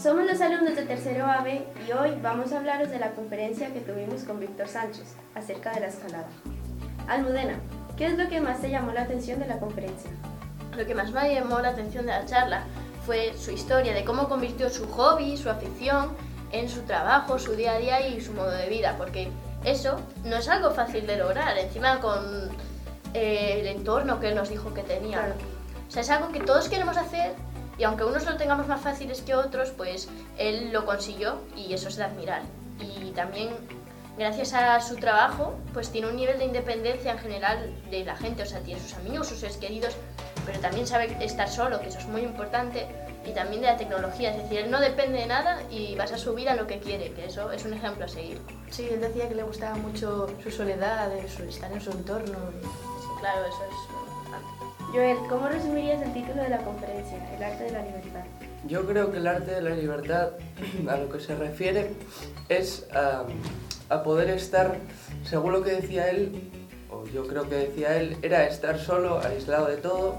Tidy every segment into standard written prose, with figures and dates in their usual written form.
Somos los alumnos de tercero AB y hoy vamos a hablaros de la conferencia que tuvimos con Víctor Sánchez acerca de la escalada. Almudena, ¿qué es lo que más te llamó la atención de la conferencia? Lo que más me llamó la atención de la charla fue su historia, de cómo convirtió su hobby, su afición, en su trabajo, su día a día y su modo de vida, porque eso no es algo fácil de lograr, encima con el entorno que él nos dijo que tenía. Claro. O sea, es algo que todos queremos hacer y aunque unos lo tengamos más fáciles que otros, pues él lo consiguió y eso es de admirar. Y también, gracias a su trabajo, pues tiene un nivel de independencia en general de la gente, o sea, tiene sus amigos, sus seres queridos, pero también sabe estar solo, que eso es muy importante, y también de la tecnología, es decir, él no depende de nada y basa su vida en lo que quiere, que eso es un ejemplo a seguir. Sí, él decía que le gustaba mucho su soledad, estar en su entorno. Sí, claro, eso es muy importante. Joel, ¿cómo resumirías el título de la conferencia, El arte de la libertad? Yo creo que el arte de la libertad, a lo que se refiere, es a poder estar, según lo que decía él, o yo creo que decía él, era estar solo, aislado de todo,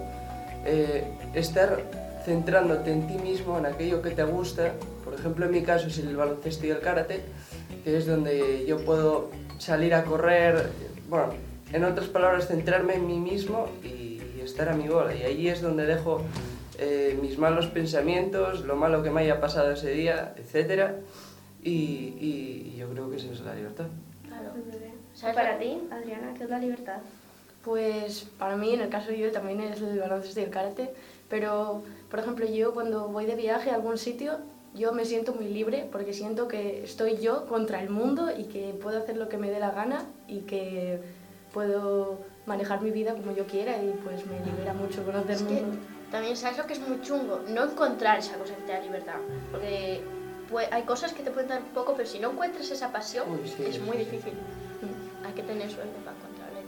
estar centrándote en ti mismo, en aquello que te gusta. Por ejemplo, en mi caso es el baloncesto y el karate, que es donde yo puedo salir a correr, bueno, en otras palabras, centrarme en mí mismo y estar a mi bola. Y ahí es donde dejo mis malos pensamientos, lo malo que me haya pasado ese día, etc. Y yo creo que eso es la libertad. Claro. ¿Y para ti, Adriana, qué es la libertad? Pues para mí, en el caso de yo, también es el baloncesto y el karate, pero, por ejemplo, yo cuando voy de viaje a algún sitio, yo me siento muy libre porque siento que estoy yo contra el mundo y que puedo hacer lo que me dé la gana y que puedo manejar mi vida como yo quiera y pues me libera mucho conocer el mundo. También sabes lo que es muy chungo, no encontrar esa cosa que te da libertad, porque hay cosas que te pueden dar poco, pero si no encuentras esa pasión, Sí, es muy difícil. Hay que tener suerte para encontrarla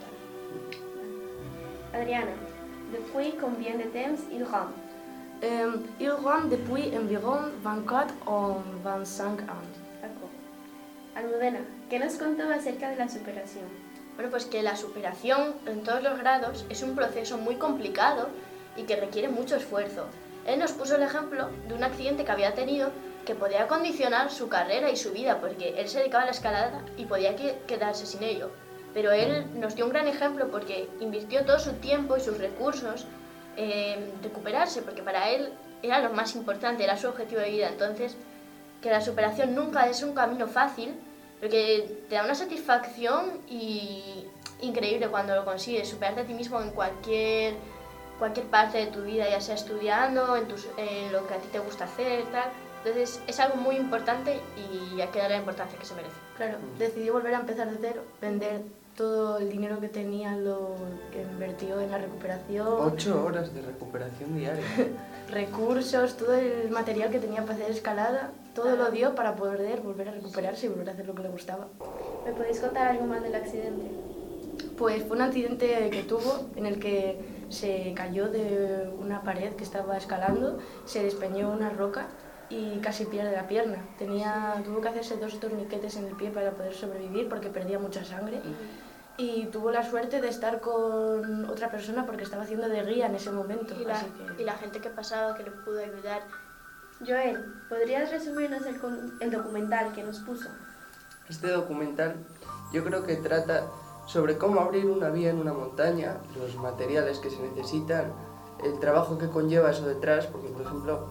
y tal. Adriana, depuis combien de temps il rentre? Il rentre depuis environ 24 o 25 ans. D'accord. Almudena, ¿qué nos contó acerca de la superación? Bueno, pues que la superación en todos los grados es un proceso muy complicado y que requiere mucho esfuerzo. Él nos puso el ejemplo de un accidente que había tenido que podía condicionar su carrera y su vida, porque él se dedicaba a la escalada y podía quedarse sin ello. Pero él nos dio un gran ejemplo porque invirtió todo su tiempo y sus recursos en recuperarse, porque para él era lo más importante, era su objetivo de vida. Entonces, que la superación nunca es un camino fácil, porque te da una satisfacción increíble cuando lo consigues, superarte a ti mismo en cualquier parte de tu vida, ya sea estudiando, en lo que a ti te gusta hacer, tal. Entonces es algo muy importante y hay que darle la importancia que se merece. Claro, decidí volver a empezar de cero, vender todo el dinero que tenía, lo que invirtió en la recuperación. 8 horas de recuperación diaria. Recursos, todo el material que tenía para hacer escalada, todo lo dio para poder volver a recuperarse y volver a hacer lo que le gustaba. ¿Me podéis contar algo más del accidente? Pues fue un accidente que tuvo en el que se cayó de una pared que estaba escalando, se despeñó una roca y casi pierde la pierna. Tuvo que hacerse 2 torniquetes en el pie para poder sobrevivir porque perdía mucha sangre. Y tuvo la suerte de estar con otra persona porque estaba haciendo de guía en ese momento. Y la gente que pasaba que le pudo ayudar. Joel, ¿podrías resumirnos el documental que nos puso? Este documental yo creo que trata sobre cómo abrir una vía en una montaña, los materiales que se necesitan, el trabajo que conlleva eso detrás, porque por ejemplo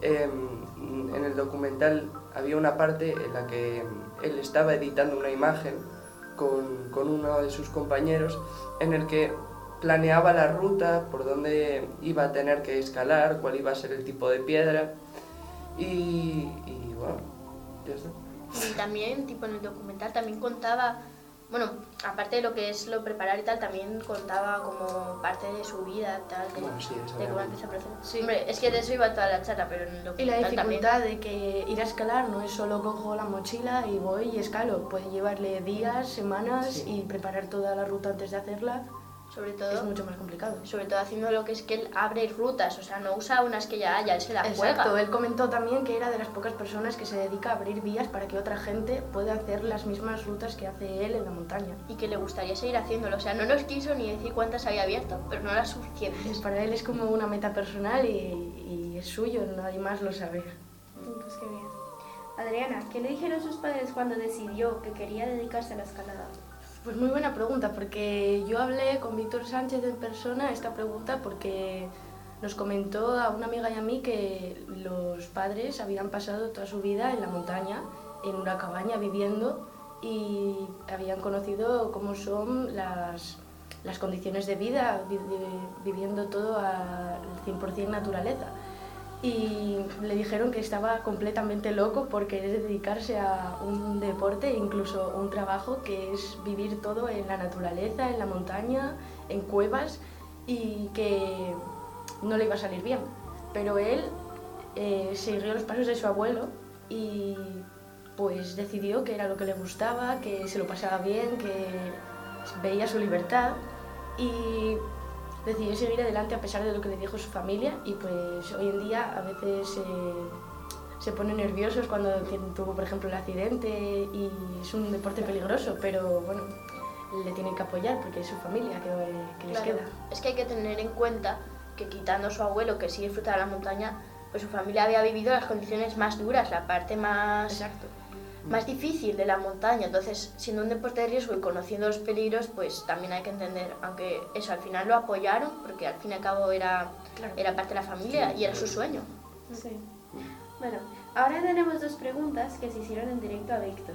en el documental había una parte en la que él estaba editando una imagen con uno de sus compañeros en el que planeaba la ruta, por dónde iba a tener que escalar, cuál iba a ser el tipo de piedra y bueno, ya está. Y también, tipo en el documental, también contaba, bueno, aparte de lo que es lo preparar y tal, también contaba como parte de su vida, tal, de cómo empieza el proceso. Sí. Hombre, es que de eso iba toda la charla, pero en el Y la documental dificultad también. de que ir a escalar no es solo cojo la mochila y voy y escalo, puede llevarle días, semanas y preparar toda la ruta antes de hacerla Sobre es todo, mucho más complicado. haciendo lo que es que él abre rutas, o sea, no usa unas que ya haya, él se la Exacto, juega. él comentó también que era de las pocas personas que se dedica a abrir vías para que otra gente pueda hacer las mismas rutas que hace él en la montaña. Y que le gustaría seguir haciéndolo, o sea, no nos quiso ni decir cuántas había abierto, pero no las suficientes. Para él es como una meta personal y es suyo, nadie más lo sabe. Pues qué bien. Adriana, ¿qué le dijeron sus padres cuando decidió que quería dedicarse a la escalada? Pues muy buena pregunta, porque yo hablé con Víctor Sánchez en persona esta pregunta porque nos comentó a una amiga y a mí que los padres habían pasado toda su vida en la montaña, en una cabaña viviendo, y habían conocido cómo son las condiciones de vida, viviendo todo al 100% naturaleza. Y le dijeron que estaba completamente loco por querer dedicarse a un deporte, incluso un trabajo que es vivir todo en la naturaleza, en la montaña, en cuevas, y que no le iba a salir bien. Pero él siguió los pasos de su abuelo y pues decidió que era lo que le gustaba, que se lo pasaba bien, que veía su libertad y decidió seguir adelante a pesar de lo que le dijo su familia. Y pues hoy en día a veces se ponen nerviosos cuando tuvo, por ejemplo, el accidente, y es un deporte peligroso, pero bueno, le tienen que apoyar porque es su familia que les queda. Es que hay que tener en cuenta que quitando a su abuelo, que sí disfruta de la montaña, pues su familia había vivido las condiciones más duras, la parte más difícil de la montaña. Entonces, siendo un deporte de riesgo y conociendo los peligros, pues también hay que entender, aunque eso al final lo apoyaron, porque al fin y al cabo era parte de la familia y era su sueño. Sí. Bueno, ahora tenemos dos preguntas que se hicieron en directo a Víctor.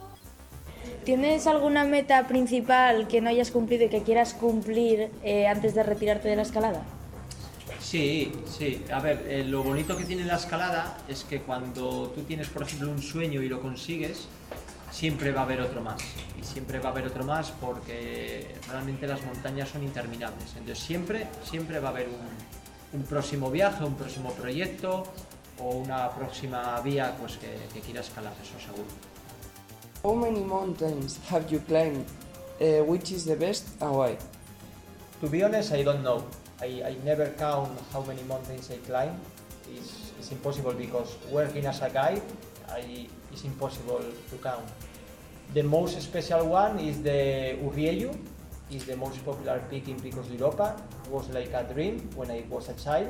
¿Tienes alguna meta principal que no hayas cumplido y que quieras cumplir antes de retirarte de la escalada? Sí. A ver, lo bonito que tiene la escalada es que cuando tú tienes, por ejemplo, un sueño y lo consigues, siempre va a haber otro más. Y siempre va a haber otro más porque realmente las montañas son interminables. Entonces siempre va a haber un próximo viaje, un próximo proyecto o una próxima vía pues, que quiera escalar, eso seguro. How many mountains have you climbed? Which is the best and why? To be honest, I don't know. I never count how many mountains I climb. It's impossible because working as a guide, it's impossible to count. The most special one is the Urriellu. It's the most popular peak in Picos de Europa. It was like a dream when I was a child.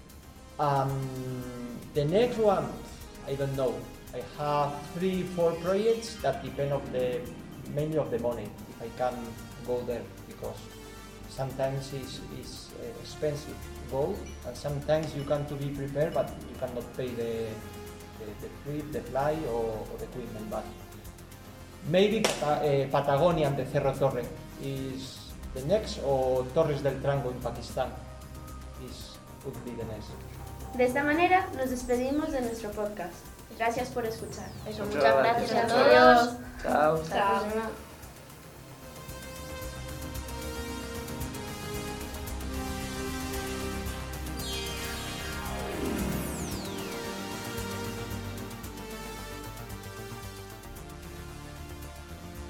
The next one, I don't know. I have 3-4 projects that depend mainly of the money, if I can go there, because sometimes it's expensive to go, and sometimes you can to be prepared, but you cannot pay the trip, the flight, or the equipment. But maybe Patagonia and the Cerro Torre is the next, or Torres del Trango in Pakistan would be the next. De esta manera nos despedimos de nuestro podcast. Gracias por escuchar. Muchas gracias a todos. Chao. Hasta la próxima.